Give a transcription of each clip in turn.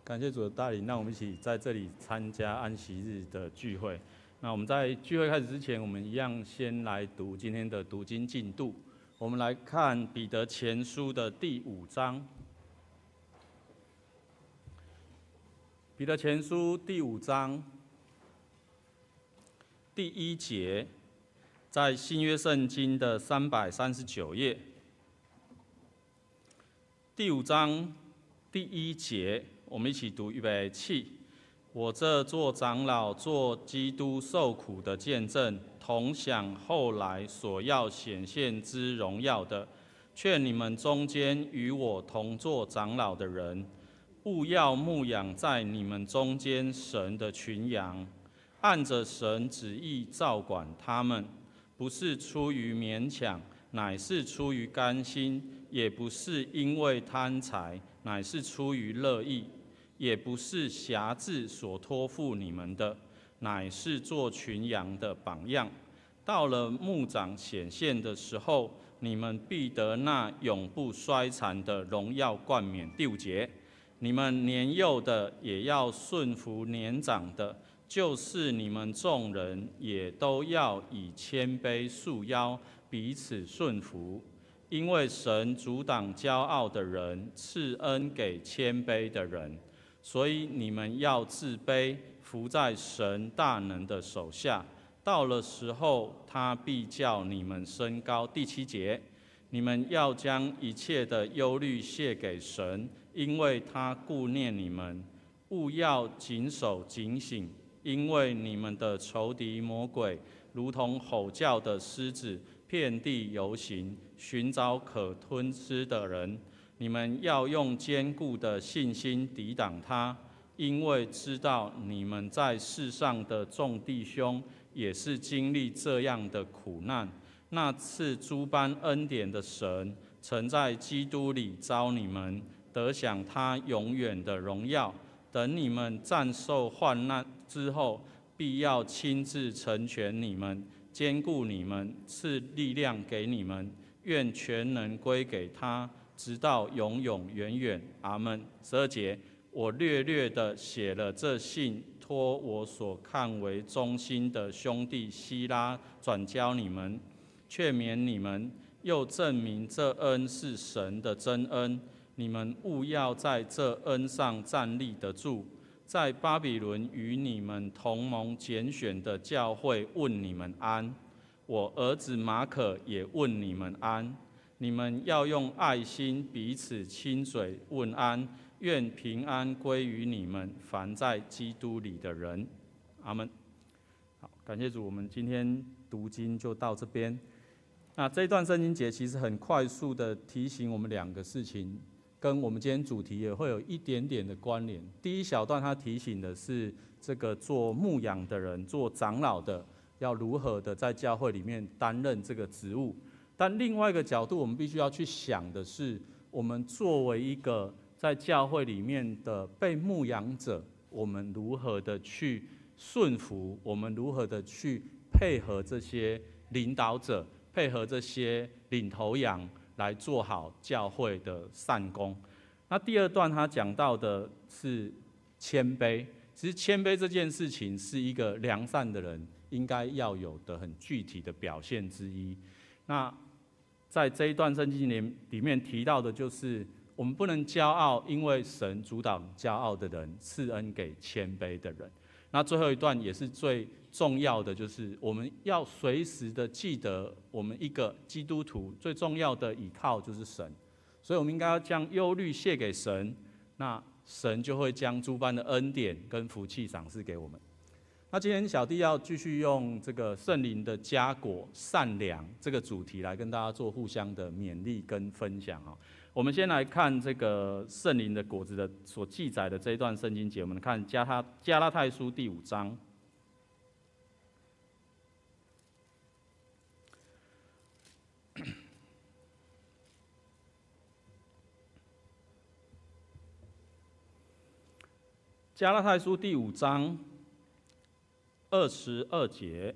感谢主的带领，让我们一起在这里参加安息日的聚会。那我们在聚会开始之前，我们一样先来读今天的读经进度。我们来看彼得前书的第5章。彼得前书第5章第1节，在新约圣经的339页。第5章第1节，我们一起读，预备起。我这做长老、做基督受苦的见证，同享后来所要显现之荣耀的，劝你们中间与我同做长老的人，务要牧养在你们中间神的群羊，按着神旨意照管他们，不是出于勉强，乃是出于甘心；也不是因为贪财，乃是出于乐意；也不是辖制所托付你们的，乃是做群羊的榜样。到了牧长显现的时候，你们必得那永不衰残的荣耀冠冕。第5节，你们年幼的也要顺服年长的，就是你们众人也都要以谦卑束腰，彼此顺服。因为神阻挡骄傲的人，赐恩给谦卑的人。所以你们要自卑，服在神大能的手下。到了时候，他必叫你们升高。第7节，你们要将一切的忧虑卸给神，因为他顾念你们。务要谨守警醒，因为你们的仇敌魔鬼，如同吼叫的狮子，遍地游行，寻找可吞吃的人。你们要用坚固的信心抵挡他，因为知道你们在世上的众弟兄也是经历这样的苦难。那赐诸般恩典的神，曾在基督里召你们，得享他永远的荣耀。等你们战胜患难之后，必要亲自成全你们，坚固你们，赐力量给你们。愿全能归给他，直到永永远远。阿们。12节，我略略的写了这信，托我所看为忠心的兄弟希拉转交你们，劝勉你们，又证明这恩是神的真恩。你们务要在这恩上站立得住。在巴比伦与你们同盟拣选的教会问你们安。我儿子马可也问你们安。你们要用爱心彼此亲嘴问安，愿平安归于你们凡在基督里的人。阿们。好，感谢主，我们今天读经就到这边。那这一段圣经节其实很快速的提醒我们2个事情，跟我们今天主题也会有一点点的关联。第一小段他提醒的是这个做牧养的人、做长老的要如何的在教会里面担任这个职务。但另外一个角度，我们必须要去想的是，我们作为一个在教会里面的被牧养者，我们如何的去顺服，我们如何的去配合这些领导者，配合这些领头羊，来做好教会的善工。那第2段他讲到的是谦卑，其实谦卑这件事情是一个良善的人应该要有的很具体的表现之一。那在这一段圣经里面提到的就是我们不能骄傲，因为神阻挡骄傲的人，赐恩给谦卑的人。那最后一段也是最重要的，就是我们要随时的记得，我们一个基督徒最重要的依靠就是神，所以我们应该要将忧虑卸给神，那神就会将诸般的恩典跟福气赏赐给我们。那今天小弟要继续用这个圣灵的佳果善良这个主题来跟大家做互相的勉励跟分享。我们先来看这个圣灵的果子的所记载的这一段圣经节，我们看加拉太书第5章。加拉太书第5章22节。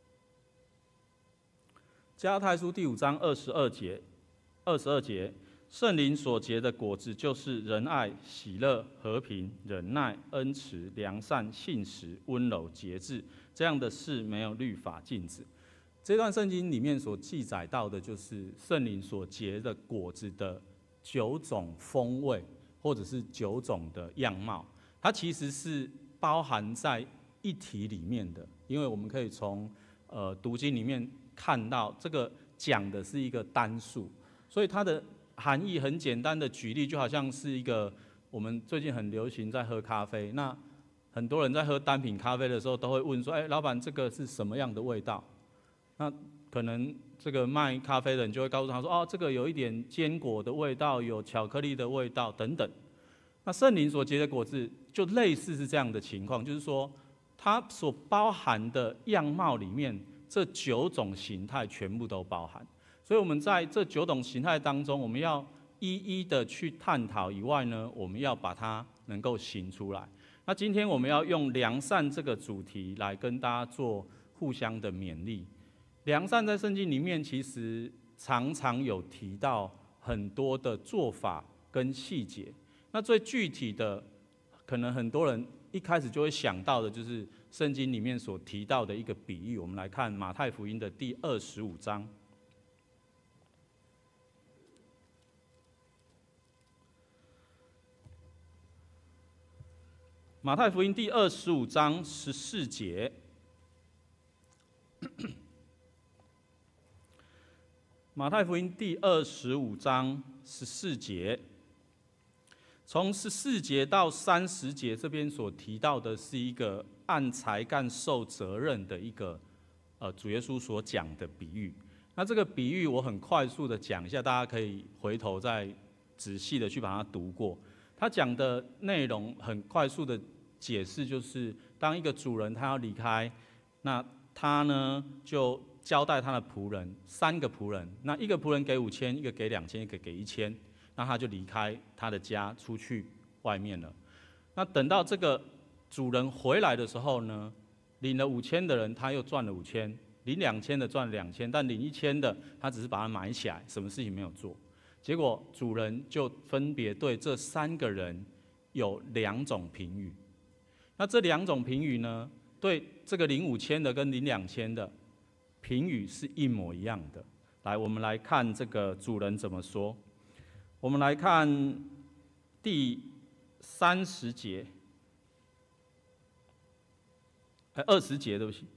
加拉太书第5章22节， 圣灵所结的果子，就是仁爱、喜乐、和平、忍耐、恩慈、良善、信实、温柔、节制。这样的事没有律法禁止。这段圣经里面所记载到的，就是圣灵所结的果子的9种风味，或者是9种的样貌。它其实是包含在一体里面的，因为我们可以从读经里面看到，这个讲的是一个单数，所以它的含义很简单的举例，就好像是一个我们最近很流行在喝咖啡，那很多人在喝单品咖啡的时候，都会问说：“老板，这个是什么样的味道？”那可能这个卖咖啡的人就会告诉他说：“哦，这个有一点坚果的味道，有巧克力的味道等等。”那圣灵所结的果子，就类似是这样的情况，就是说，它所包含的样貌里面，这9种形态全部都包含。所以我们在这9种形态当中，我们要一一的去探讨以外呢，我们要把它能够行出来。那今天我们要用良善这个主题来跟大家做互相的勉励。良善在圣经里面其实常常有提到很多的做法跟细节。那最具体的，可能很多人一开始就会想到的，就是圣经里面所提到的一个比喻。我们来看马太福音的第25章。马太福音第25章14节，马太福音第25章14节，从14节到30节这边所提到的是一个按才干受责任的一个主耶稣所讲的比喻。那这个比喻我很快速的讲一下，大家可以回头再仔细的去把它读过。他讲的内容很快速的解释，就是当一个主人他要离开，那他呢就交代他的仆人3个仆人，那一个仆人给5000，一个给2000，一个给1000，那他就离开他的家出去外面了。那等到这个主人回来的时候呢，领了5000的人他又赚了5000，领2000的赚了2000，但领1000的他只是把它埋起来，什么事情没有做。结果主人就分别对这3个人有2种评语。那这2种评语呢，对这个领5000的跟领2000的评语是一模一样的。来，我们来看这个主人怎么说。我们来看第30节，20节，对不起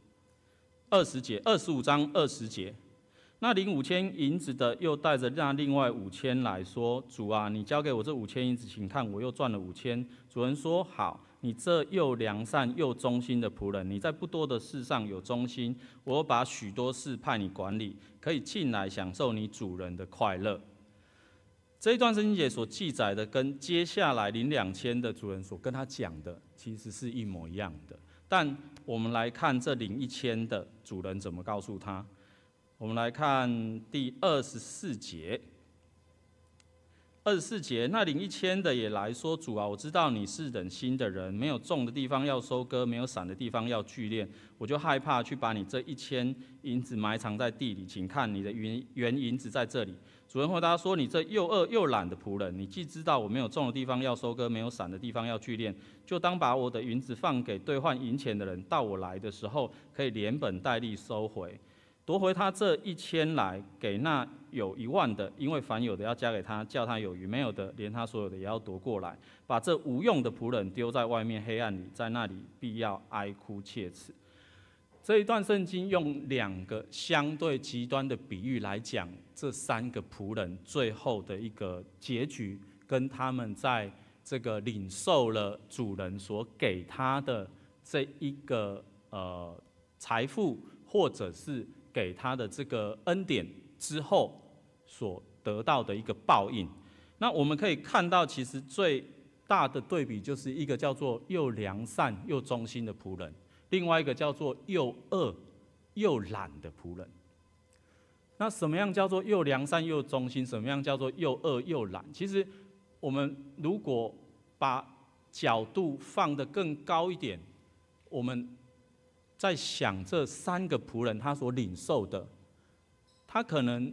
，20节，25章20节。那领5000银子的又带着那另外5000来说：“主啊，你交给我这5000银子，请看我又赚了5000。”主人说：“好，你这又良善又忠心的仆人，你在不多的事上有忠心，我把许多事派你管理，可以进来享受你主人的快乐。”这一段圣经节所记载的，跟接下来领2000的主人所跟他讲的，其实是一模一样的。但我们来看这领1000的主人怎么告诉他。我们来看第24节。24节，那领1000的也来说：“主啊，我知道你是忍心的人，没有种的地方要收割，没有散的地方要聚敛。我就害怕去把你这1000银子埋藏在地里，请看你的原银子在这里。”主人回答说：“你这又饿又懒的仆人，你既知道我没有种的地方要收割，没有散的地方要聚敛，就当把我的银子放给兑换银钱的人，到我来的时候，可以连本带利收回。夺回他这1000来，给那有10000的，因为凡有的要加给他，叫他有余；没有的，连他所有的也要夺过来。把这无用的仆人丢在外面黑暗里，在那里必要哀哭切齿。”这一段圣经用2个相对极端的比喻来讲这3个仆人最后的一个结局，跟他们在这个领受了主人所给他的这一个财富，或者是给他的这个恩典之后所得到的一个报应。那我们可以看到，其实最大的对比就是一个叫做又良善又忠心的仆人，另外一个叫做又恶又懒的仆人。那什么样叫做又良善又忠心？什么样叫做又恶又懒？其实我们如果把角度放得更高一点，我们在想这3个仆人他所领受的，他可能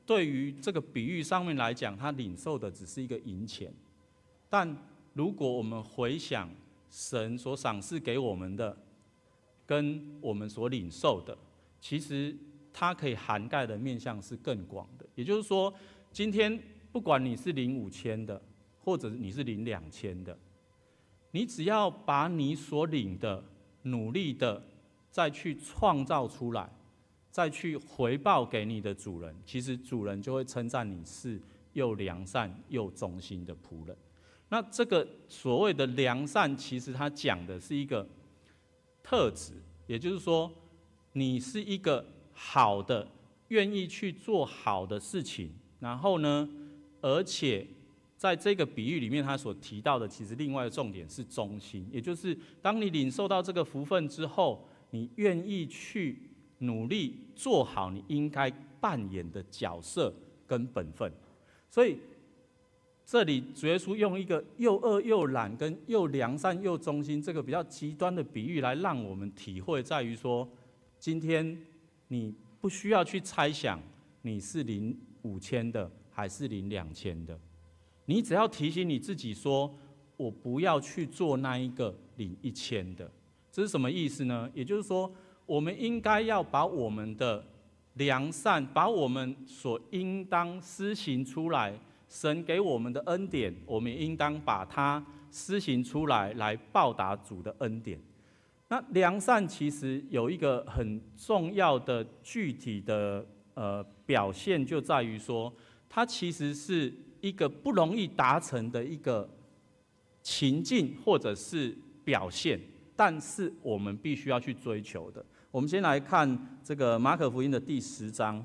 对于这个比喻上面来讲，他领受的只是一个银钱，但如果我们回想神所赏赐给我们的，跟我们所领受的，其实它可以涵盖的面向是更广的。也就是说，今天不管你是领5000的，或者你是领2000的，你只要把你所领的努力的再去创造出来，再去回报给你的主人，其实主人就会称赞你是又良善又忠心的仆人。那这个所谓的良善，其实它讲的是一个特质，也就是说，你是一个好的，愿意去做好的事情，然后呢，而且在这个比喻里面，他所提到的，其实另外的重点是忠心，也就是当你领受到这个福分之后，你愿意去努力做好你应该扮演的角色跟本分。所以这里主耶稣用一个又恶又懒跟又良善又忠心这个比较极端的比喻来让我们体会，在于说，今天你不需要去猜想你是领5000的还是领2000的，你只要提醒你自己说，我不要去做那一个领1000的。这是什么意思呢？也就是说，我们应该要把我们的良善，把我们所应当施行出来，神给我们的恩典，我们应当把它施行出来，来报答主的恩典。那良善其实有一个很重要的具体的表现，就在于说，它其实是一个不容易达成的一个情境或者是表现，但是我们必须要去追求的。我们先来看这个马可福音的第10章。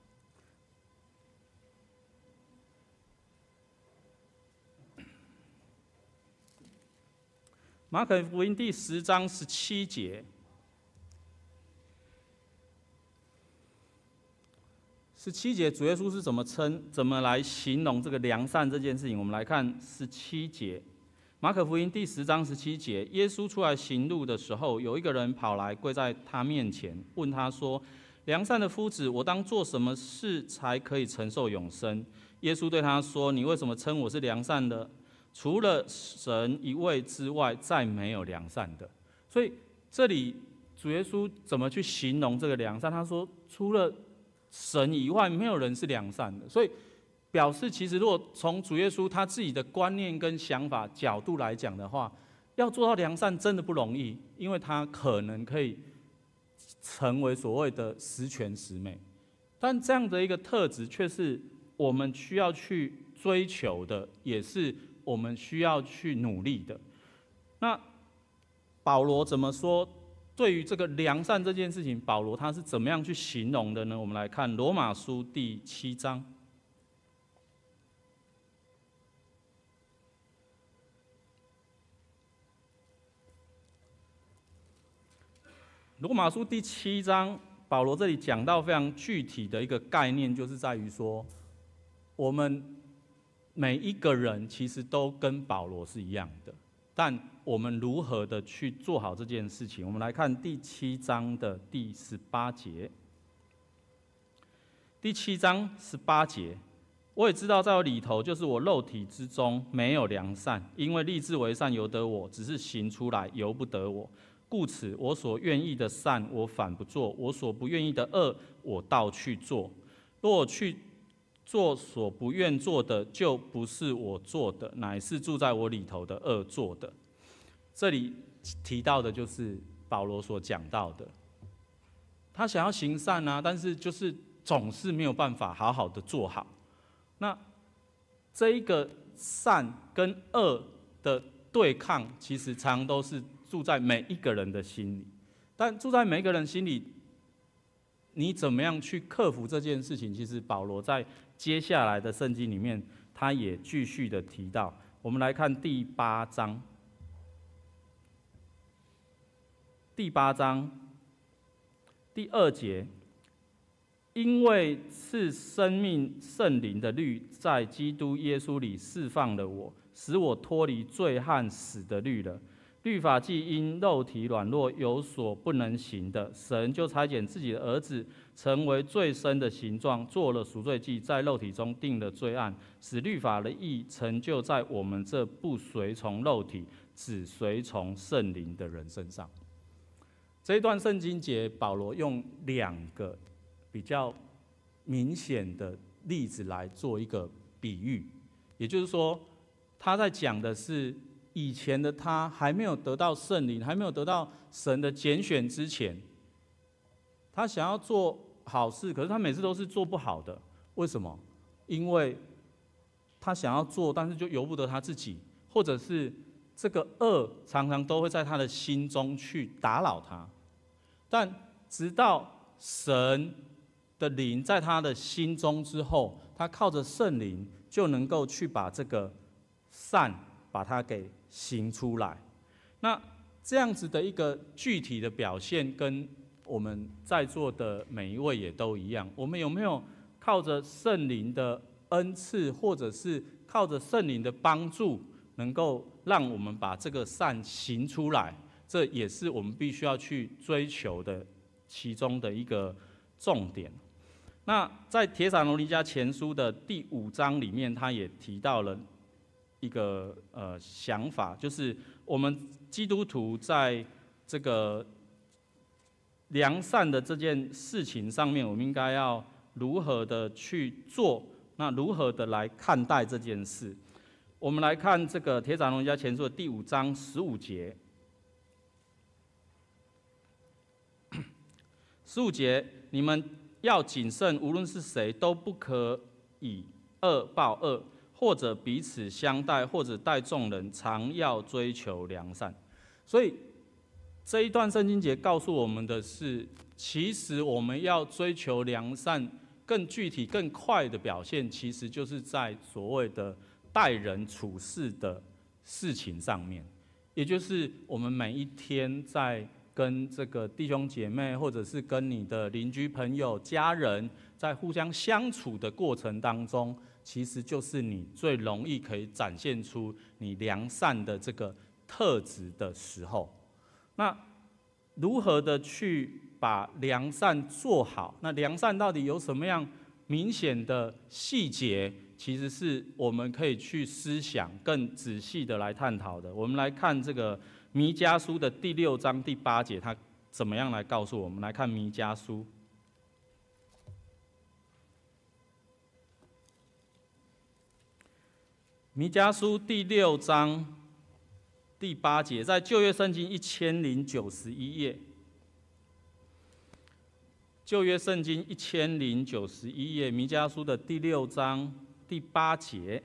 马可福音第10章17节。17节，主耶稣是怎么来形容这个良善这件事情？我们来看17节。马可福音第10章17节，耶稣出来行路的时候，有一个人跑来跪在他面前，问他说：“良善的夫子，我当做什么事才可以承受永生？”耶稣对他说：“你为什么称我是良善的？除了神一位之外，再没有良善的。”所以这里主耶稣怎么去形容这个良善？他说：“除了神以外，没有人是良善的。”所以表示，其实如果从主耶稣他自己的观念跟想法角度来讲的话，要做到良善真的不容易，因为他可能可以成为所谓的十全十美，但这样的一个特质却是我们需要去追求的，也是我们需要去努力的。那保罗怎么说？对于这个良善这件事情，保罗他是怎么样去形容的呢？我们来看罗马书第7章。罗马书第7章，保罗这里讲到非常具体的一个概念，就是在于说，我们每一个人其实都跟保罗是一样的，但我们如何的去做好这件事情？我们来看第7章的第18节。第7章18节，我也知道在我里头，就是我肉体之中没有良善，因为立志为善由得我，只是行出来由不得我。故此，我所愿意的善，我反不做；我所不愿意的恶，我倒去做。若我去做所不愿做的，就不是我做的，乃是住在我里头的恶做的。这里提到的就是保罗所讲到的，他想要行善啊，但是就是总是没有办法好好的做好。那这一个善跟恶的对抗，其实常常都是住在每一个人的心里，但住在每一个人心里，你怎么样去克服这件事情？其实保罗在接下来的圣经里面，他也继续的提到。我们来看第8章，第8章第2节，因为是生命圣灵的律在基督耶稣里释放了我，使我脱离罪和死的律了。 律法既因肉体软弱有所不能行的，神就差遣自己的儿子，成为最深的形状，做了赎罪祭，在肉体中定了罪案，使律法的义成就在我们这不随从肉体，只随从圣灵的人身上。这一段圣经节，保罗用2个比较明显的例子来做一个比喻，也就是说，他在讲的是以前的他还没有得到圣灵，还没有得到神的拣选之前，他想要做好事，可是他每次都是做不好的。为什么？因为他想要做，但是就由不得他自己，或者是这个恶常常都会在他的心中去打扰他。但直到神的灵在他的心中之后，他靠着圣灵就能够去把这个善把它给行出来。那这样子的一个具体的表现，跟我们在座的每一位也都一样。我们有没有靠着圣灵的恩赐，或者是靠着圣灵的帮助，能够让我们把这个善行出来？这也是我们必须要去追求的其中的一个重点。那在帖撒罗尼迦前书的第5章里面，他也提到了一个想法，就是我们基督徒在这个良善的这件事情上面，我们应该要如何的去做？那如何的来看待这件事？我们来看这个帖撒罗尼迦前书的第5章15节。15节，你们要谨慎，无论是谁，都不可以恶报恶，或者彼此相待，或者待众人，常要追求良善。所以这一段圣经节告诉我们的是，其实我们要追求良善，更具体、更快的表现，其实就是在所谓的待人处事的事情上面，也就是我们每一天在跟这个弟兄姐妹，或者是跟你的邻居朋友、家人，在互相相处的过程当中，其实就是你最容易可以展现出你良善的这个特质的时候。那如何的去把良善做好？那良善到底有什么样明显的细节？其实是我们可以去思想、更仔细的来探讨的。我们来看这个弥迦书的第6章第8节，它怎么样来告诉我们？来看弥迦书。弥迦书第6章第8节，在旧约圣经1091页。旧约圣经1091页，弥迦书的第6章第8节。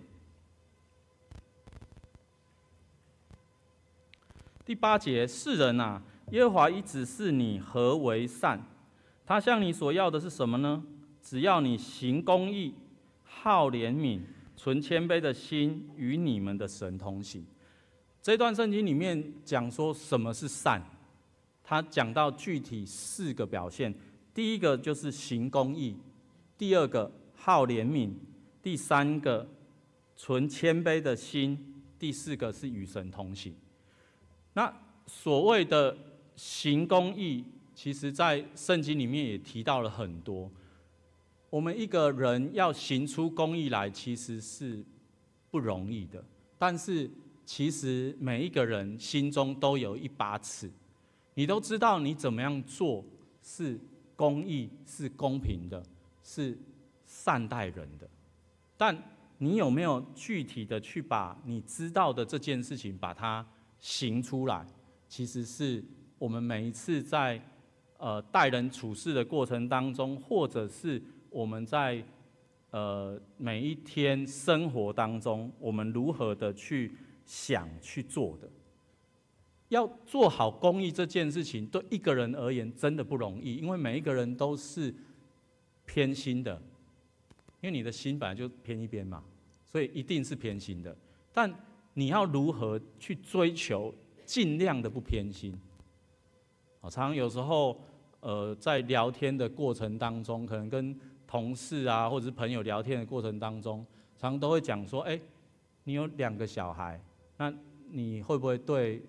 第8节，世人啊，耶和华已指示你何为善，他向你所要的是什么呢？只要你行公义，好怜悯，存谦卑的心，与你们的神同行。这段圣经里面讲说什么是善，他讲到具体4个表现。第一个就是行公义，第2个好怜悯，第3个存谦卑的心，第4个是与神同行。那所谓的行公义，其实在圣经里面也提到了很多。我们一个人要行出公义来，其实是不容易的。但是其实每一个人心中都有一把尺，你都知道你怎么样做是公义、是公平的、是善待人的。但你有没有具体的去把你知道的这件事情把它行出来？其实是我们每一次在待人处事的过程当中，或者是我们在每一天生活当中，我们如何的去想去做的。要做好公益这件事情，对一个人而言真的不容易，因为每一个人都是偏心的，因为你的心本来就偏一边嘛，所以一定是偏心的。但你要如何去追求，尽量的不偏心？常常有时候，在聊天的过程当中，可能跟同事啊，或者是朋友聊天的过程当中，常常都会讲说：“你有2个小孩，那你会不会对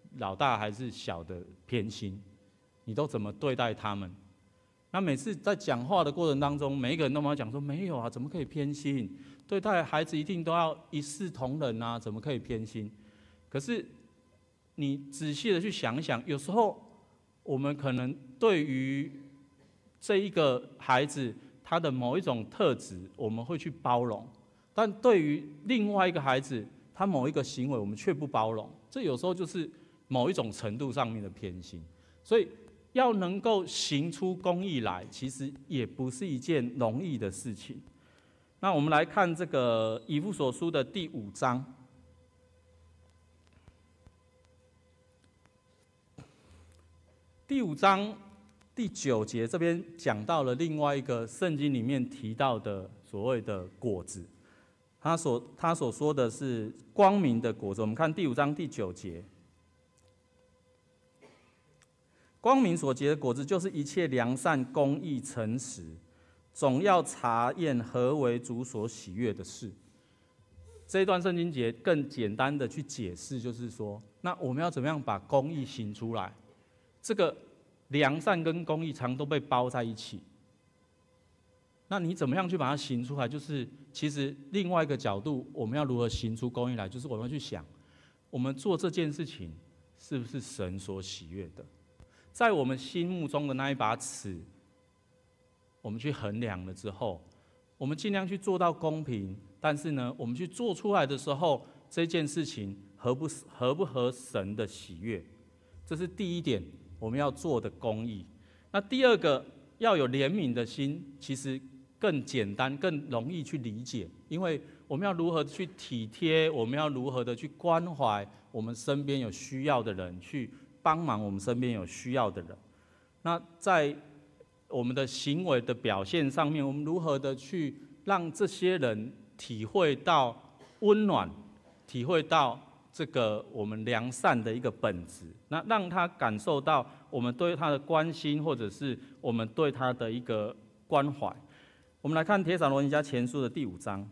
老大还是小的偏心，你都怎么对待他们？那每次在讲话的过程当中，每一个人都跟我讲说没有啊，怎么可以偏心？对待孩子一定都要一视同仁啊，怎么可以偏心？可是你仔细的去想一想，有时候我们可能对于这一个孩子他的某一种特质，我们会去包容，但对于另外一个孩子，他某一个行为，我们却不包容。这有时候就是某一种程度上面的偏心。所以要能够行出公义来，其实也不是一件容易的事情。那我们来看这个以弗所书的第5章。第5章第9节这边讲到了另外一个圣经里面提到的所谓的果子，他所说的是光明的果子。我们看第5章第9节，光明所结的果子，就是一切良善、公义、诚实，总要查验何为主所喜悦的事。这一段圣经节更简单的去解释，就是说，那我们要怎么样把公义行出来？这个良善跟公义常都被包在一起。那你怎么样去把它行出来？就是其实另外一个角度，我们要如何行出公义来？就是我们要去想，我们做这件事情是不是神所喜悦的？在我们心目中的那一把尺，我们去衡量了之后，我们尽量去做到公平。但是呢，我们去做出来的时候，这件事情合不合神的喜悦？这是第一点，我们要做的公义。那第二个，要有怜悯的心，其实更简单、更容易去理解，因为我们要如何去体贴，我们要如何的去关怀我们身边有需要的人，去帮忙我们身边有需要的人。那在我们的行为的表现上面，我们如何的去让这些人体会到温暖，体会到这个我们良善的一个本质，那让他感受到我们对他的关心，或者是我们对他的一个关怀。我们来看《帖撒罗尼迦前书》的第5章。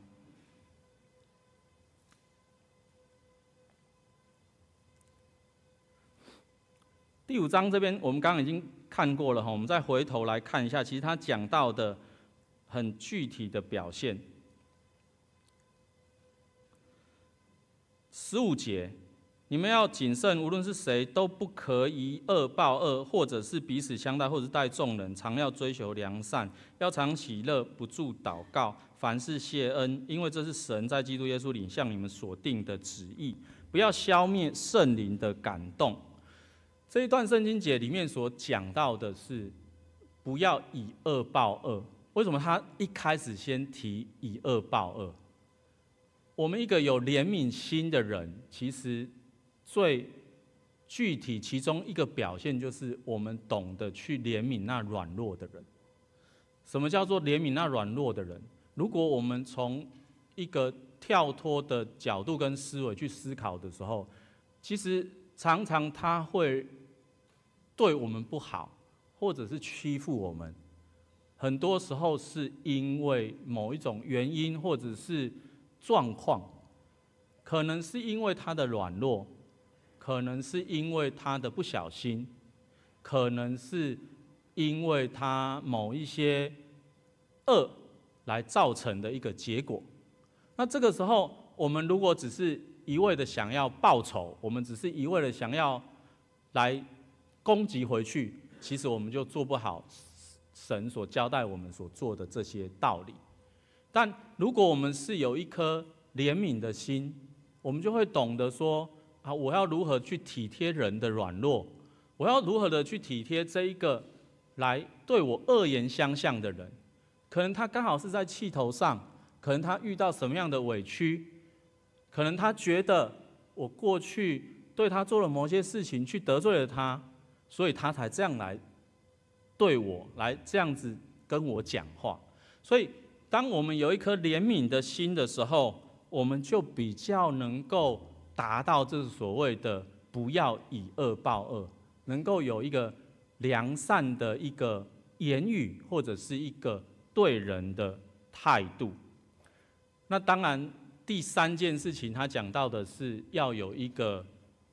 第5章这边我们刚刚已经看过了哈，我们再回头来看一下，其实他讲到的很具体的表现。15节，你们要谨慎，无论是谁，都不可以恶报恶，或者是彼此相待，或者是待众人，常要追求良善，要常喜乐，不住祷告，凡事谢恩，因为这是神在基督耶稣里向你们所定的旨意。不要消灭圣灵的感动。这一段圣经节里面所讲到的是，不要以恶报恶。为什么他一开始先提以恶报恶？我们一个有怜悯心的人，其实最具体其中一个表现就是我们懂得去怜悯那软弱的人。什么叫做怜悯那软弱的人？如果我们从一个跳脱的角度跟思维去思考的时候，其实常常他会对我们不好，或者是欺负我们。很多时候是因为某一种原因，或者是状况，可能是因为他的软弱，可能是因为他的不小心，可能是因为他某一些恶来造成的一个结果。那这个时候，我们如果只是一味的想要报仇，我们只是一味的想要来攻击回去，其实我们就做不好神所交代我们所做的这些道理。但如果我们是有一颗怜悯的心，我们就会懂得说啊，我要如何去体贴人的软弱，我要如何的去体贴这一个来对我恶言相向的人。可能他刚好是在气头上，可能他遇到什么样的委屈，可能他觉得我过去对他做了某些事情，去得罪了他，所以他才这样来对我，来这样子跟我讲话。所以当我们有一颗怜悯的心的时候，我们就比较能够达到这所谓的不要以恶报恶，能够有一个良善的一个言语，或者是一个对人的态度。那当然第3件事情他讲到的是要有一个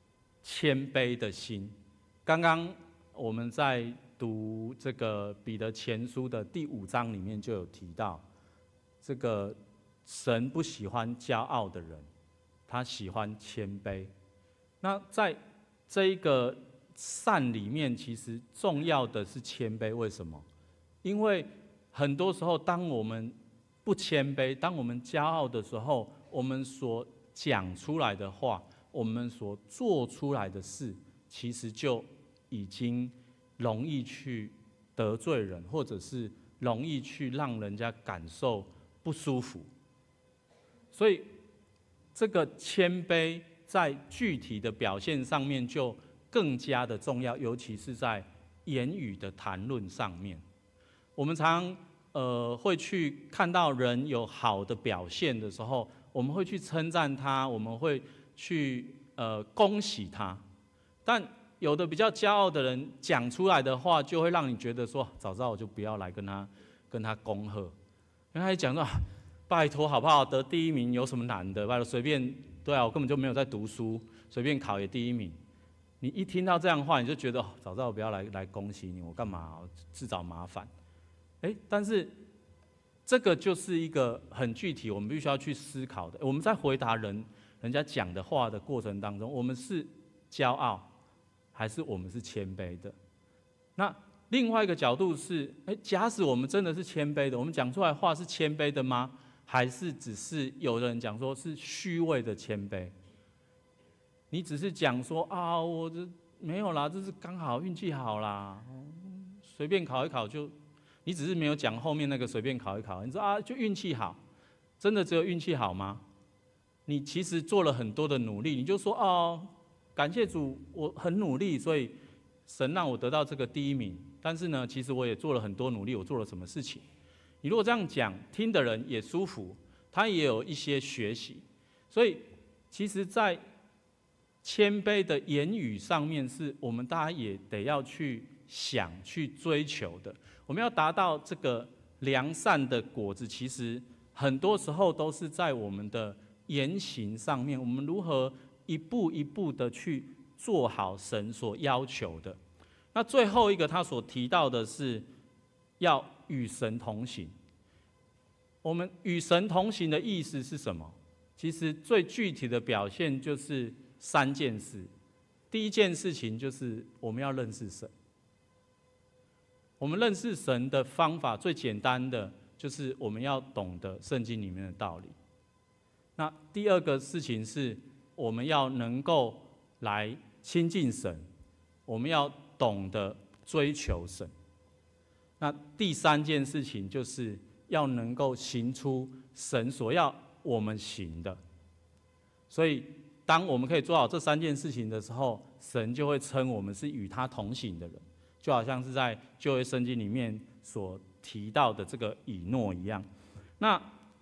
谦卑的心。刚刚我们在读这个彼得前书的第5章里面就有提到，这个神不喜欢骄傲的人，他喜欢谦卑。那在这一个善里面，其实重要的是谦卑。为什么？因为很多时候，当我们不谦卑，当我们骄傲的时候，我们所讲出来的话，我们所做出来的事，其实就已经容易去得罪人，或者是容易去让人家感受不舒服。所以，这个谦卑在具体的表现上面就更加的重要，尤其是在言语的谈论上面。我们常会去看到人有好的表现的时候，我们会去称赞他，我们会去恭喜他。但有的比较骄傲的人讲出来的话，就会让你觉得说，早知道我就不要来跟他恭贺。因为他一讲说，拜托好不好，得第1名有什么难的？拜托随便，对啊，我根本就没有在读书，随便考也第1名。你一听到这样的话，你就觉得，早知道我不要来恭喜你，我干嘛自找麻烦？但是这个就是一个很具体，我们必须要去思考的。我们在回答人家讲的话的过程当中，我们是骄傲，还是我们是谦卑的？那另外一个角度是，假使我们真的是谦卑的，我们讲出来的话是谦卑的吗？还是只是有人讲说是虚伪的谦卑？你只是讲说啊，我这没有啦，这是刚好运气好啦，随便考一考就。你只是没有讲后面那个随便考一考，你说啊，就运气好，真的只有运气好吗？你其实做了很多的努力，你就说哦，感谢主，我很努力，所以神让我得到这个第1名。但是呢，其实我也做了很多努力，我做了什么事情？你如果这样讲，听的人也舒服，他也有一些学习。所以，其实，在谦卑的言语上面，是我们大家也得要去想、去追求的。我们要达到这个良善的果子，其实很多时候都是在我们的言行上面，我们如何一步一步的去做好神所要求的。那最后一个他所提到的是要与神同行。我们与神同行的意思是什么？其实最具体的表现就是3件事。第一件事情就是我们要认识神。我们认识神的方法最简单的就是我们要懂得圣经里面的道理。那第二个事情是我们要能够来亲近神，我们要懂得追求神。那第3件事情就是要能够行出神所要我们行的。所以当我们可以做好这3件事情的时候，神就会称我们是与他同行的人。就好像是在旧约圣经里面所提到的这个以诺一样。那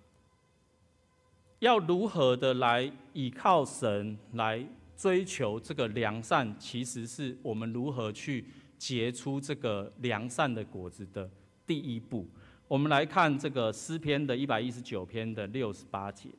要如何的来倚靠神，来追求这个良善，其实是我们如何去结出这个良善的果子的第1步。我们来看这个诗篇的119篇的68节。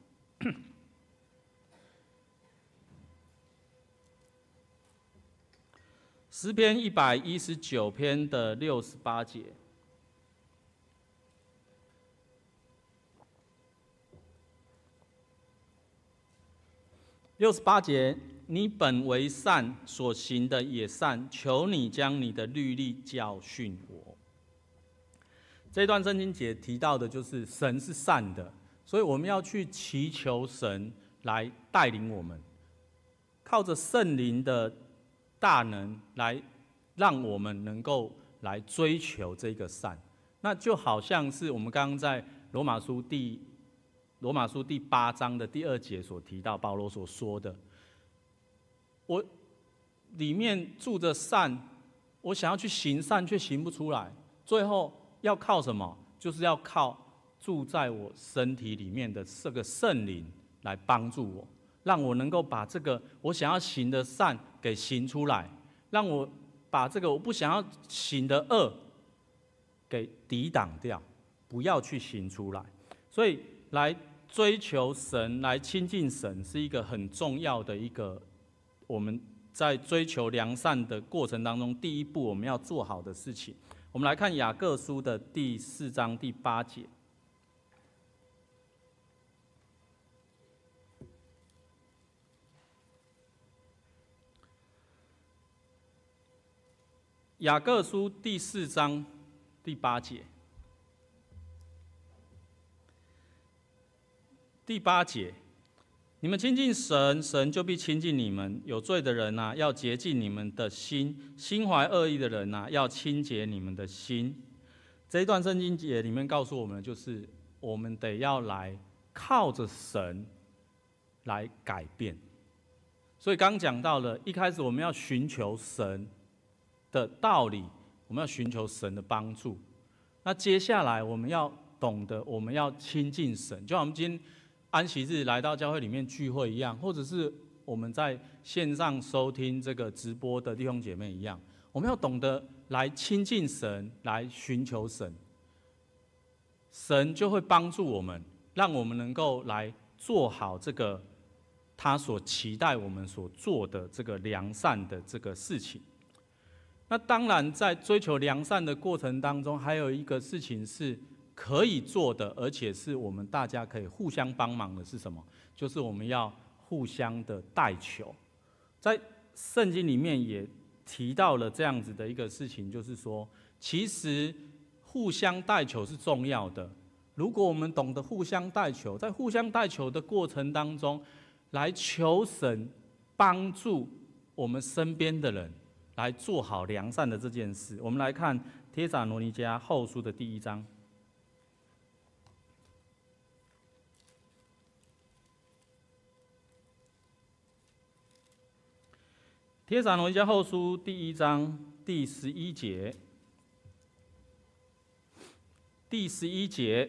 诗篇119篇的68节。68节，你本为善，所行的也善，求你将你的律例教训我。这段圣经节提到的就是神是善的，所以我们要去祈求神来带领我们，靠着圣灵的大能来让我们能够来追求这个善。那就好像是我们刚刚在罗马书第8章的第2节所提到，保罗所说的，我里面住着善，我想要去行善却行不出来，最后要靠什么？就是要靠住在我身体里面的这个圣灵来帮助我，让我能够把这个我想要行的善给行出来，让我把这个我不想要行的恶给抵挡掉，不要去行出来。所以来追求神，来亲近神，是一个很重要的一个我们在追求良善的过程当中，第一步我们要做好的事情。我们来看雅各书的第4章第8节。雅各书第4章第8节。第8节，你们亲近神，神就必亲近你们。有罪的人啊，要洁净你们的心；心怀恶意的人啊，要清洁你们的心。这一段圣经节里面告诉我们，就是我们得要来靠着神来改变。所以刚讲到了，一开始我们要寻求神的道理，我们要寻求神的帮助。那接下来我们要懂得，我们要亲近神，就像我们今天安息日来到教会里面聚会一样，或者是我们在线上收听这个直播的弟兄姐妹一样，我们要懂得来亲近神，来寻求神，神就会帮助我们，让我们能够来做好这个他所期待我们所做的这个良善的这个事情。那当然，在追求良善的过程当中，还有一个事情是可以做的，而且是我们大家可以互相帮忙的，是什么？就是我们要互相的代求。在圣经里面也提到了这样子的一个事情，就是说，其实互相代求是重要的。如果我们懂得互相代求，在互相代求的过程当中，来求神帮助我们身边的人来做好良善的这件事。我们来看帖撒罗尼迦后书的第1章。帖撒罗尼迦后书第1章第11节，第11节，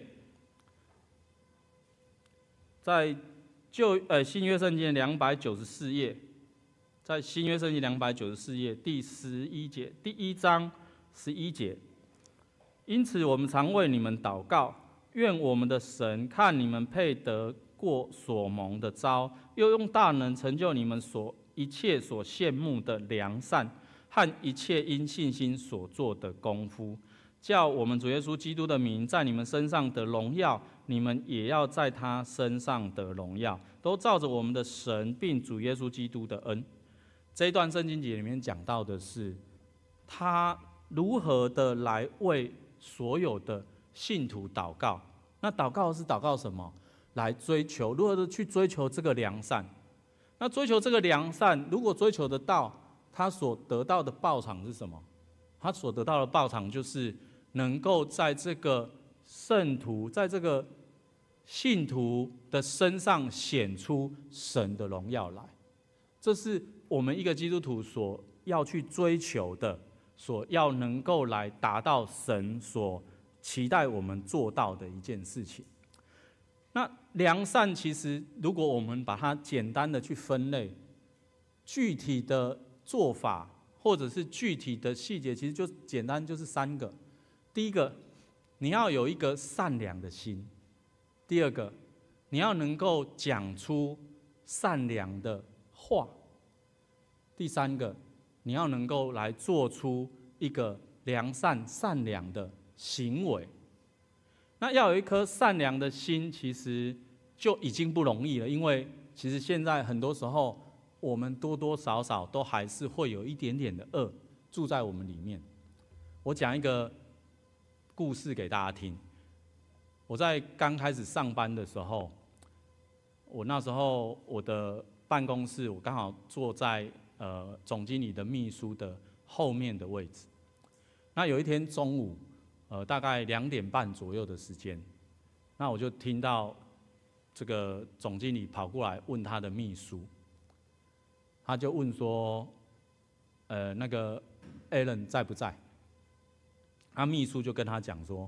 在新约圣经294页，在新约圣经294页第11节，第1章11节。因此，我们常为你们祷告，愿我们的神看你们配得过所蒙的召，又用大能成就你们一切所羡慕的良善和一切因信心所做的功夫，叫我们主耶稣基督的名在你们身上得荣耀，你们也要在他身上得荣耀，都照着我们的神并主耶稣基督的恩。这一段圣经节里面讲到的是，他如何的来为所有的信徒祷告。那祷告是祷告什么？来追求，如何的去追求这个良善。那追求这个良善，如果追求得到，他所得到的报偿是什么？他所得到的报偿就是能够在这个圣徒，在这个信徒的身上显出神的荣耀来。这是我们一个基督徒所要去追求的，所要能够来达到神所期待我们做到的一件事情。那良善其实，如果我们把它简单的去分类，具体的做法或者是具体的细节，其实就简单，就是3个。第一个，你要有一个善良的心；第二个，你要能够讲出善良的话；第三个，你要能够来做出一个良善、善良的行为。那要有一颗善良的心，其实就已经不容易了，因为其实现在很多时候，我们多多少少都还是会有一点点的恶住在我们里面。我讲一个故事给大家听。我在刚开始上班的时候，我那时候我的办公室，我刚好坐在总经理的秘书的后面的位置。那有一天中午，大概2点半左右的时间，那我就听到这个总经理跑过来问他的秘书，他就问说，那个 Alan 在不在？秘书就跟他讲说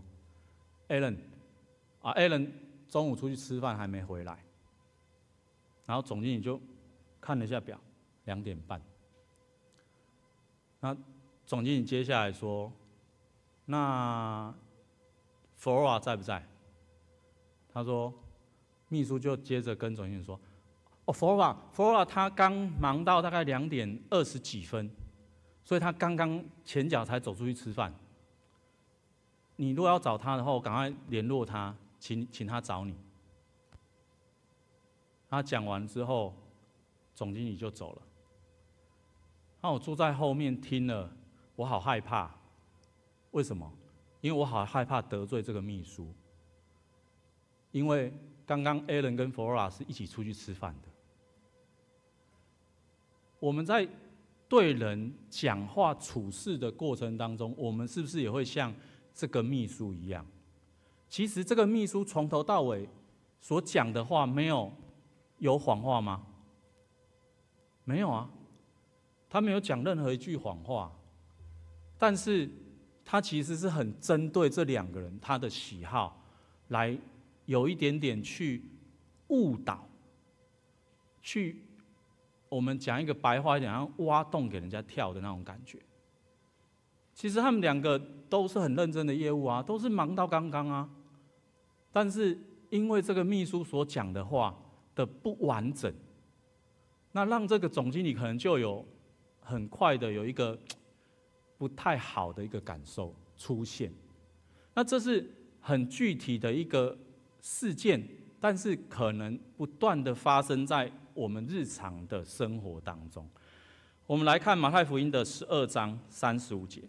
，Alan 中午出去吃饭还没回来。然后总经理就看了一下表，2点半。那总经理接下来说，那 Flora 在不在？他说，秘书就接着跟总经理说 Flora 他刚忙到大概2:20几分，所以他刚刚前脚才走出去吃饭。你如果要找他的话，我赶快联络他，请他找你。他讲完之后，总经理就走了。那我坐在后面听了，我好害怕。为什么？因为我好害怕得罪这个秘书。因为刚刚 Alan 跟 Flora 是一起出去吃饭的。我们在对人讲话处事的过程当中，我们是不是也会像这个秘书一样？其实这个秘书从头到尾所讲的话，有谎话吗？没有啊，他没有讲任何一句谎话，但是他其实是很针对这2个人他的喜好，来有一点点去误导，我们讲一个白话一点，像挖洞给人家跳的那种感觉。其实他们2个都是很认真的业务啊，都是忙到刚刚啊，但是因为这个秘书所讲的话的不完整，那让这个总经理可能就有很快的有一个不太好的一个感受出现。那这是很具体的一个事件，但是可能不断的发生在我们日常的生活当中。我们来看马太福音的12章35节。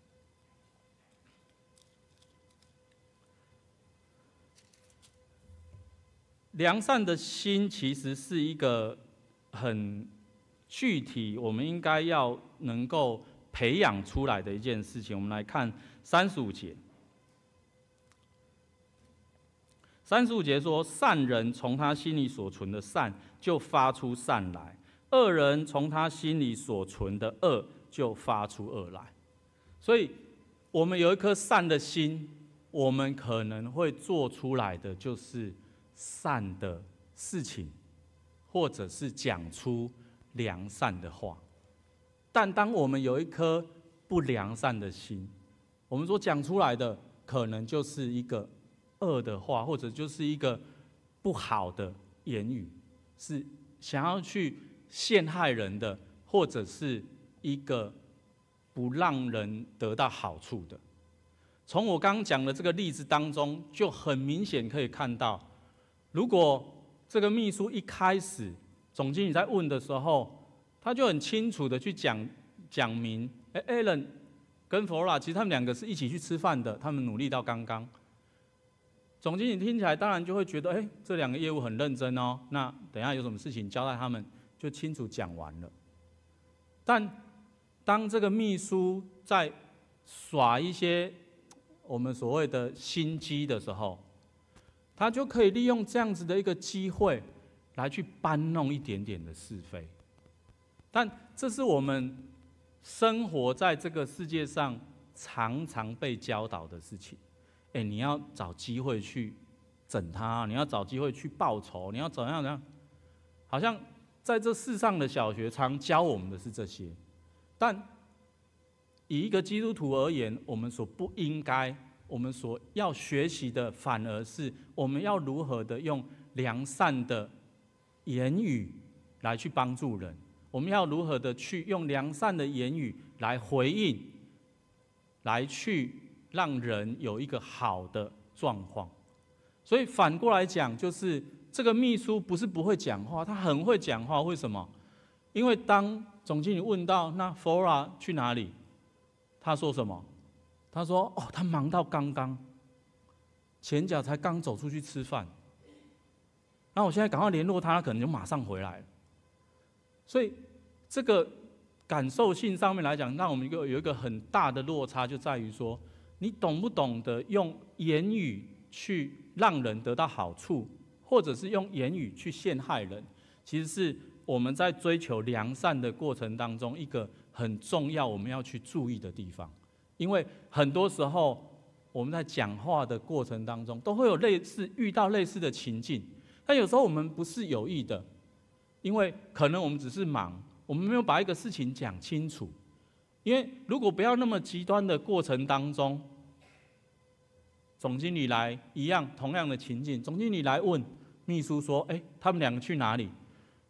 良善的心其实是一个很具体，我们应该要能够培养出来的一件事情。我们来看35节。35节说：善人从他心里所存的善，就发出善来；恶人从他心里所存的恶，就发出恶来。所以，我们有一颗善的心，我们可能会做出来的就是善的事情，或者是讲出良善的话。但当我们有一颗不良善的心，我们所讲出来的可能就是一个恶的话，或者就是一个不好的言语，是想要去陷害人的，或者是一个不让人得到好处的。从我刚刚讲的这个例子当中，就很明显可以看到，如果这个秘书一开始总经理在问的时候，他就很清楚的去讲明，Alan 跟 Flora 其实他们2个是一起去吃饭的，他们努力到刚刚。总经理听起来当然就会觉得，这2个业务很认真哦，那等一下有什么事情交代他们，就清楚讲完了。但当这个秘书在耍一些我们所谓的心机的时候，他就可以利用这样子的一个机会来去搬弄一点点的是非。但这是我们生活在这个世界上常常被教导的事情。你要找机会去整他，你要找机会去报仇，你要怎样？好像在这世上的小学常教我们的是这些，但以一个基督徒而言，我们所不应该，我们所要学习的，反而是我们要如何的用良善的言语来去帮助人，我们要如何的去用良善的言语来回应，来去让人有一个好的状况。所以反过来讲，就是这个秘书不是不会讲话，他很会讲话。为什么？因为当总经理问到那 Flora 去哪里，他说什么？他说：他忙到刚刚，前脚才刚走出去吃饭。那我现在赶快联络他，他可能就马上回来了。所以这个感受性上面来讲，让我们有一个很大的落差，就在于说，你懂不懂得用言语去让人得到好处，或者是用言语去陷害人，其实是我们在追求良善的过程当中一个很重要我们要去注意的地方。因为很多时候我们在讲话的过程当中，都会有遇到类似的情境，但有时候我们不是有意的，因为可能我们只是忙，我们没有把一个事情讲清楚。因为如果不要那么极端的过程当中，总经理来一样同样的情境，总经理来问秘书说：他们2个去哪里？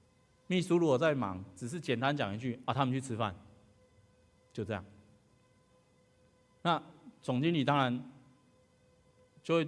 秘书如果在忙，只是简单讲一句啊，他们去吃饭，就这样。那总经理当然就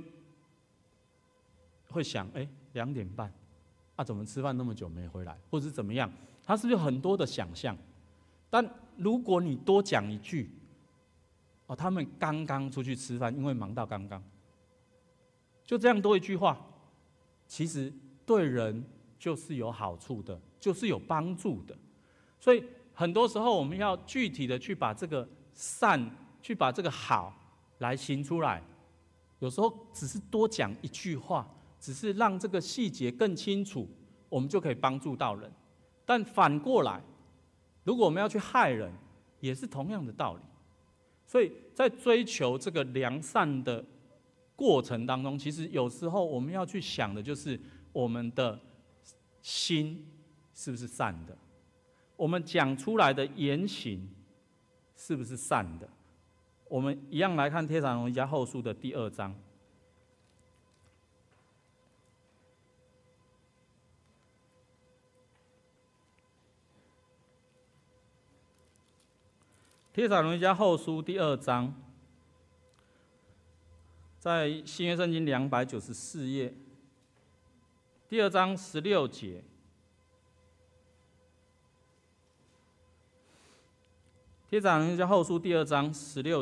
会想，2点半，啊，怎么吃饭那么久没回来，或者是怎么样？他是不是有很多的想象？但如果你多讲一句，哦，他们刚刚出去吃饭，因为忙到刚刚，就这样多一句话，其实对人就是有好处的，就是有帮助的。所以很多时候我们要具体的去把这个善，去把这个好来行出来。有时候只是多讲一句话，只是让这个细节更清楚，我们就可以帮助到人。但反过来，如果我们要去害人，也是同样的道理。所以在追求这个良善的过程当中，其实有时候我们要去想的就是我们的心是不是善的，我们讲出来的言行是不是善的。我们一样来看《帖撒罗尼迦后书》的第2章。帖撒罗尼迦后书第2章，在新约圣经294页，第2章16节。帖撒罗尼迦后书第2章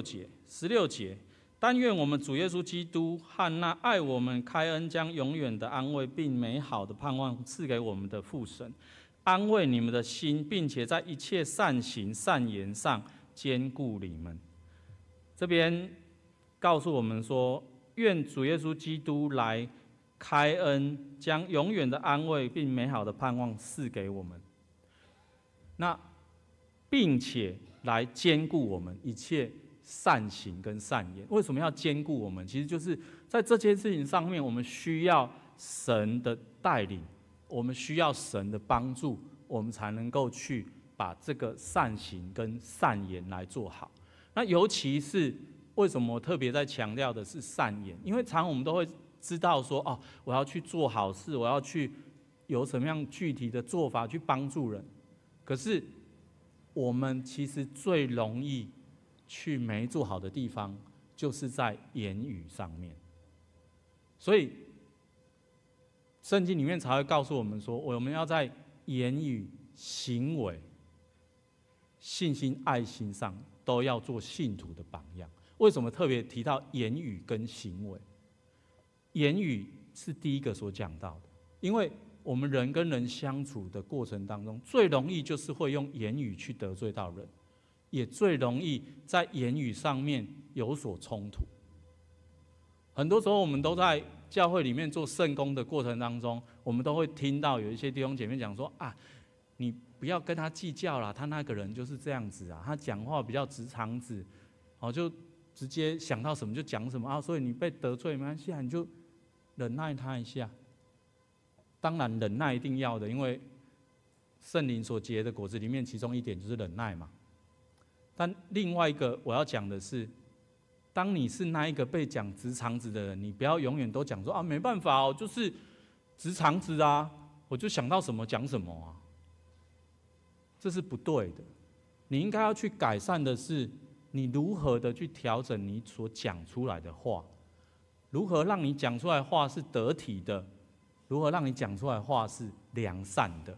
16节，但愿我们主耶稣基督和那爱我们、开恩将永远的安慰并美好的盼望赐给我们的父神，安慰你们的心，并且在一切善行、善言上坚固你们。这边告诉我们说，愿主耶稣基督来开恩，将永远的安慰并美好的盼望赐给我们。那并且来兼顾我们一切善行跟善言。为什么要兼顾我们？其实就是在这件事情上面，我们需要神的带领，我们需要神的帮助，我们才能够去把这个善行跟善言来做好。那尤其是为什么我特别在强调的是善言？因为常我们都会知道说，哦，我要去做好事，我要去有什么样具体的做法去帮助人。可是我们其实最容易去没做好的地方，就是在言语上面。所以圣经里面才会告诉我们说，我们要在言语、行为、信心、爱心上都要做信徒的榜样。为什么特别提到言语跟行为？言语是第一个所讲到的，因为我们人跟人相处的过程当中，最容易就是会用言语去得罪到人，也最容易在言语上面有所冲突。很多时候我们都在教会里面做圣工的过程当中，我们都会听到有一些弟兄姐妹讲说，啊，你不要跟他计较啦，他那个人就是这样子啊，他讲话比较直肠子，就直接想到什么就讲什么啊，所以你被得罪没关系啊，你就忍耐他一下。当然忍耐一定要的，因为圣灵所结的果子里面，其中一点就是忍耐嘛。但另外一个我要讲的是，当你是那一个被讲直肠子的人，你不要永远都讲说啊，没办法哦，就是直肠子啊，我就想到什么讲什么啊，这是不对的。你应该要去改善的是，你如何的去调整你所讲出来的话，如何让你讲出来的话是得体的，如何让你讲出来的话是良善的。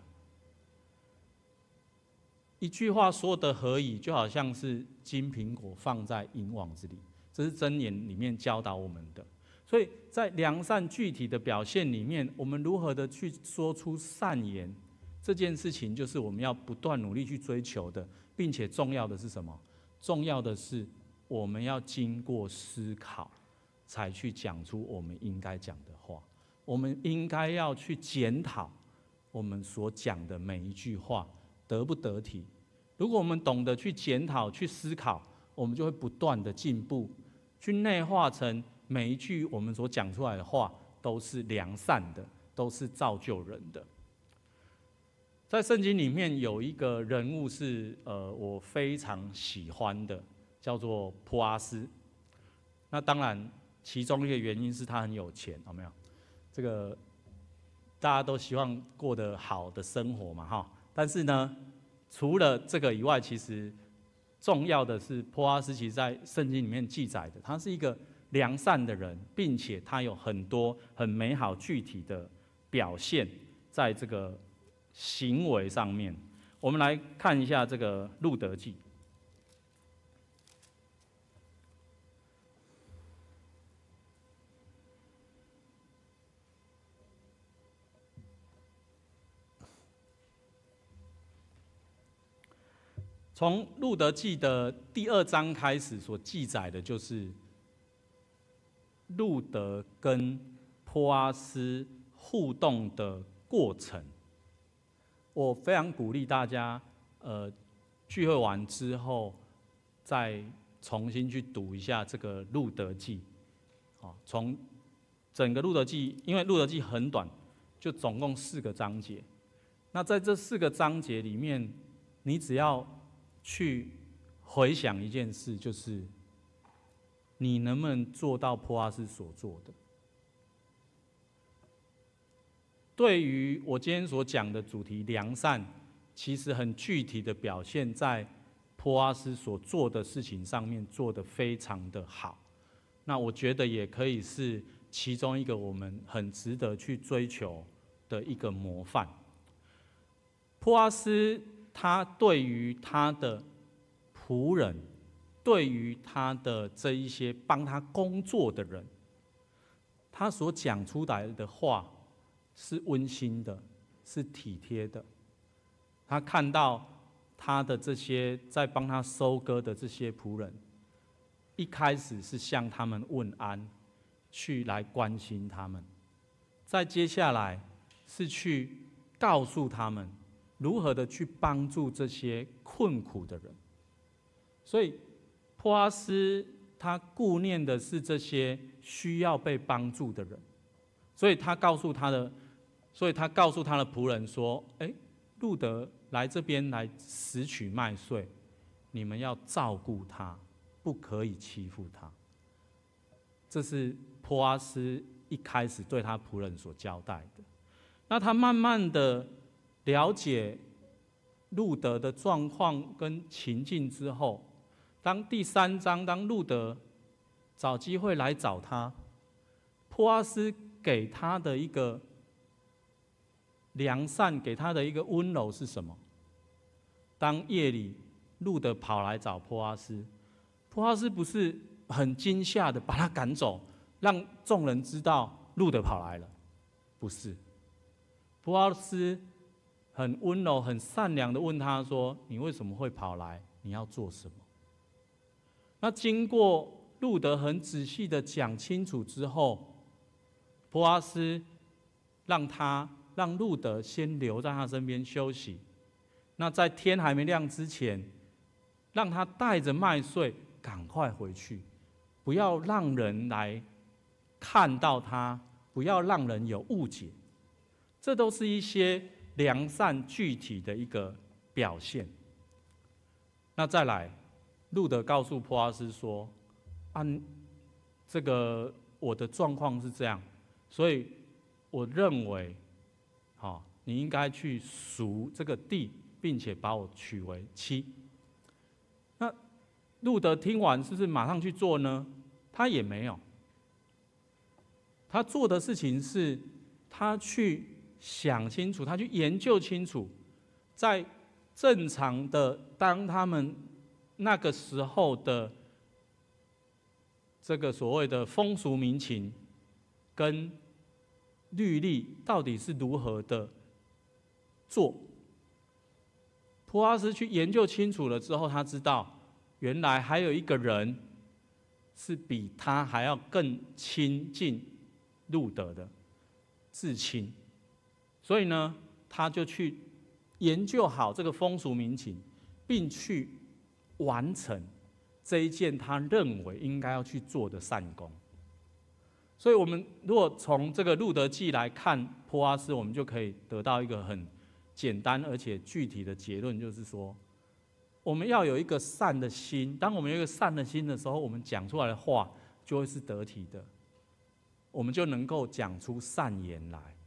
一句话说得合宜，就好像是金苹果放在银网子里，这是箴言里面教导我们的。所以在良善具体的表现里面，我们如何的去说出善言，这件事情就是我们要不断努力去追求的，并且重要的是什么？重要的是我们要经过思考，才去讲出我们应该讲的话。我们应该要去检讨我们所讲的每一句话得不得体。如果我们懂得去检讨、去思考，我们就会不断的进步，去内化成每一句我们所讲出来的话都是良善的，都是造就人的。在圣经里面有一个人物是我非常喜欢的，叫做波阿斯。那当然，其中一个原因是他很有钱，有没有？这个大家都希望过得好的生活嘛，哈。但是呢，除了这个以外，其实重要的是波阿斯，其实在圣经里面记载的，他是一个良善的人，并且他有很多很美好具体的表现在这个行为上面。我们来看一下这个路德记。从路德记的第2章开始所记载的，就是路德跟波阿斯互动的过程。我非常鼓励大家，聚会完之后，再重新去读一下这个路德记。从整个路德记，因为路德记很短，就总共4个章节。那在这4个章节里面，你只要去回想一件事，就是你能不能做到波阿斯所做的？对于我今天所讲的主题良善，其实很具体的表现在波阿斯所做的事情上面，做得非常的好。那我觉得也可以是其中一个我们很值得去追求的一个模范。波阿斯他对于他的仆人，对于他的这一些帮他工作的人，他所讲出来的话是温馨的，是体贴的。他看到他的这些在帮他收割的这些仆人，一开始是向他们问安，去来关心他们，再接下来是去告诉他们如何的去帮助这些困苦的人。所以波阿斯他顾念的是这些需要被帮助的人，所以他告诉他的仆人说：路德来这边来拾取麦穗，你们要照顾他，不可以欺负他。这是波阿斯一开始对他仆人所交代的。那他慢慢的了解路德的状况跟情境之后，当第3章，当路德找机会来找他，波阿斯给他的一个良善，给他的一个温柔是什么？当夜里路德跑来找波阿斯，波阿斯不是很惊吓的把他赶走，让众人知道路德跑来了，不是。波阿斯很温柔、很善良的问他说：“你为什么会跑来？你要做什么？”那经过路德很仔细的讲清楚之后，波阿斯让路德先留在他身边休息。那在天还没亮之前，让他带着麦穗赶快回去，不要让人来看到他，不要让人有误解。这都是一些良善具体的一个表现。那再来，路德告诉波阿斯说：“这个我的状况是这样，所以我认为，你应该去赎这个地，并且把我娶为妻。”那路德听完是不是马上去做呢？他也没有。他做的事情是，他去想清楚，他去研究清楚，在正常的当他们那个时候的这个所谓的风俗民情跟律例到底是如何的做。波阿斯去研究清楚了之后，他知道原来还有一个人是比他还要更亲近路德的至亲，所以呢，他就去研究好这个风俗民情，并去完成这一件他认为应该要去做的善功。所以我们如果从这个路德记来看波阿斯，我们就可以得到一个很简单而且具体的结论，就是说，我们要有一个善的心。当我们有一个善的心的时候，我们讲出来的话就会是得体的，我们就能够讲出善言来，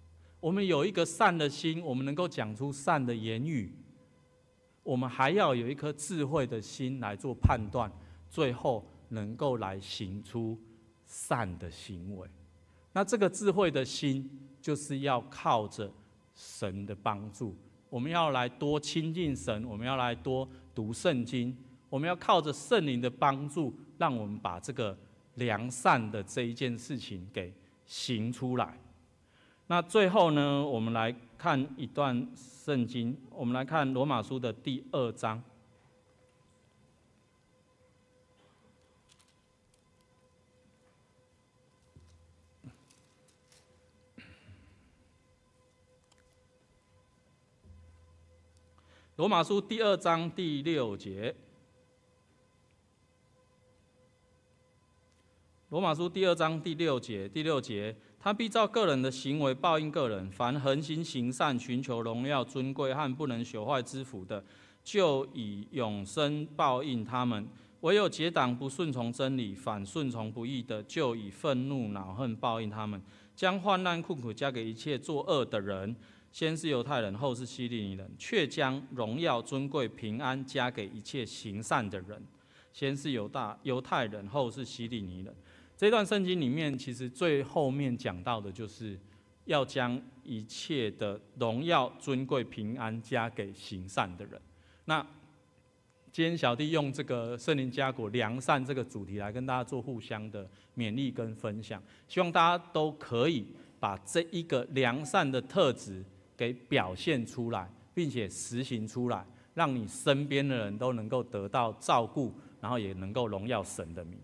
我们有一个善的心，我们能够讲出善的言语，我们还要有一颗智慧的心来做判断，最后能够来行出善的行为。那这个智慧的心，就是要靠着神的帮助。我们要来多亲近神，我们要来多读圣经，我们要靠着圣灵的帮助，让我们把这个良善的这一件事情给行出来。那最后呢，我们来看一段圣经，我们来看罗马书的第2章。罗马书第2章第6节。罗马书第2章第6节，他必照个人的行为报应个人。凡恒心行善、寻求荣耀、尊贵和不能朽坏之福的，就以永生报应他们；唯有结党不顺从真理，反顺从不义的，就以愤怒、恼恨报应他们。将患难困苦加给一切作恶的人，先是犹太人，后是希利尼人，却将荣耀、尊贵、平安加给一切行善的人，先是犹太人，后是希利尼人。这段圣经里面，其实最后面讲到的就是要将一切的荣耀、尊贵、平安加给行善的人。那今天小弟用这个圣灵家国良善这个主题来跟大家做互相的勉励跟分享，希望大家都可以把这一个良善的特质给表现出来，并且实行出来，让你身边的人都能够得到照顾，然后也能够荣耀神的名。